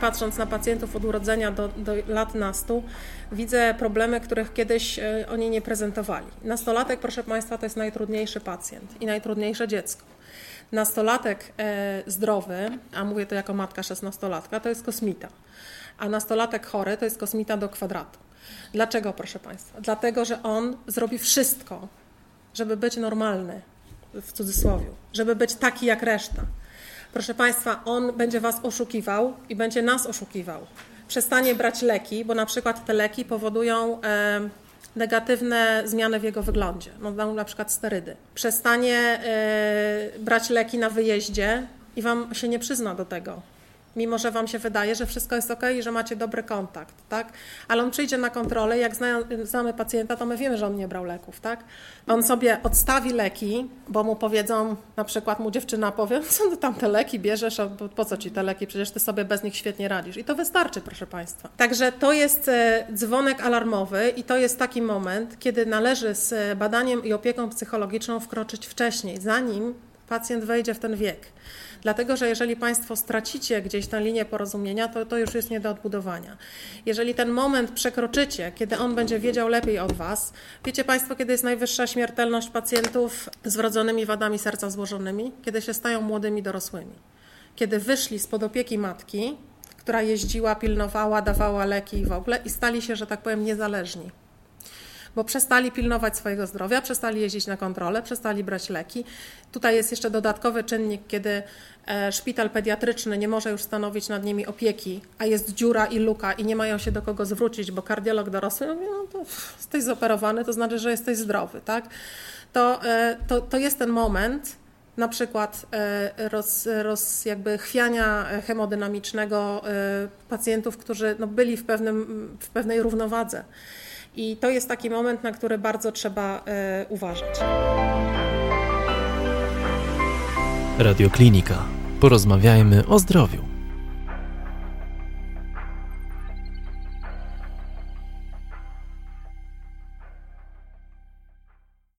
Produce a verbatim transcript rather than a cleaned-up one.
patrząc na pacjentów od urodzenia do, do lat nastu, widzę problemy, których kiedyś oni nie prezentowali. Nastolatek, proszę Państwa, to jest najtrudniejszy pacjent i najtrudniejsze dziecko. Nastolatek e, zdrowy, a mówię to jako matka szesnastolatka, to jest kosmita, a nastolatek chory to jest kosmita do kwadratu. Dlaczego, proszę Państwa? Dlatego, że on zrobi wszystko, żeby być normalny, w cudzysłowie, żeby być taki jak reszta. Proszę Państwa, on będzie Was oszukiwał i będzie nas oszukiwał. Przestanie brać leki, bo na przykład te leki powodują e, negatywne zmiany w jego wyglądzie, no, na przykład sterydy. Przestanie e, brać leki na wyjeździe i Wam się nie przyzna do tego. Mimo że Wam się wydaje, że wszystko jest okej i że macie dobry kontakt, tak? Ale on przyjdzie na kontrolę, jak zna, znamy pacjenta, to my wiemy, że on nie brał leków, tak? On sobie odstawi leki, bo mu powiedzą, na przykład mu dziewczyna powie, co ty tam te leki bierzesz, a po co ci te leki, przecież ty sobie bez nich świetnie radzisz. I to wystarczy, proszę Państwa. Także to jest dzwonek alarmowy i to jest taki moment, kiedy należy z badaniem i opieką psychologiczną wkroczyć wcześniej, zanim pacjent wejdzie w ten wiek. Dlatego, że jeżeli Państwo stracicie gdzieś tę linię porozumienia, to, to już jest nie do odbudowania. Jeżeli ten moment przekroczycie, kiedy on będzie wiedział lepiej od Was, wiecie Państwo, kiedy jest najwyższa śmiertelność pacjentów z wrodzonymi wadami serca złożonymi? Kiedy się stają młodymi dorosłymi. Kiedy wyszli spod opieki matki, która jeździła, pilnowała, dawała leki i w ogóle i stali się, że tak powiem, niezależni. Bo przestali pilnować swojego zdrowia, przestali jeździć na kontrolę, przestali brać leki. Tutaj jest jeszcze dodatkowy czynnik, kiedy szpital pediatryczny nie może już stanowić nad nimi opieki, a jest dziura i luka i nie mają się do kogo zwrócić, bo kardiolog dorosły mówi, no to jesteś zoperowany, to znaczy, że jesteś zdrowy, tak? To, to, to jest ten moment, na przykład roz, roz, jakby chwiania hemodynamicznego pacjentów, którzy no, byli w, pewnym, w pewnej równowadze. I to jest taki moment, na który bardzo trzeba y, uważać. Radioklinika. Porozmawiajmy o zdrowiu.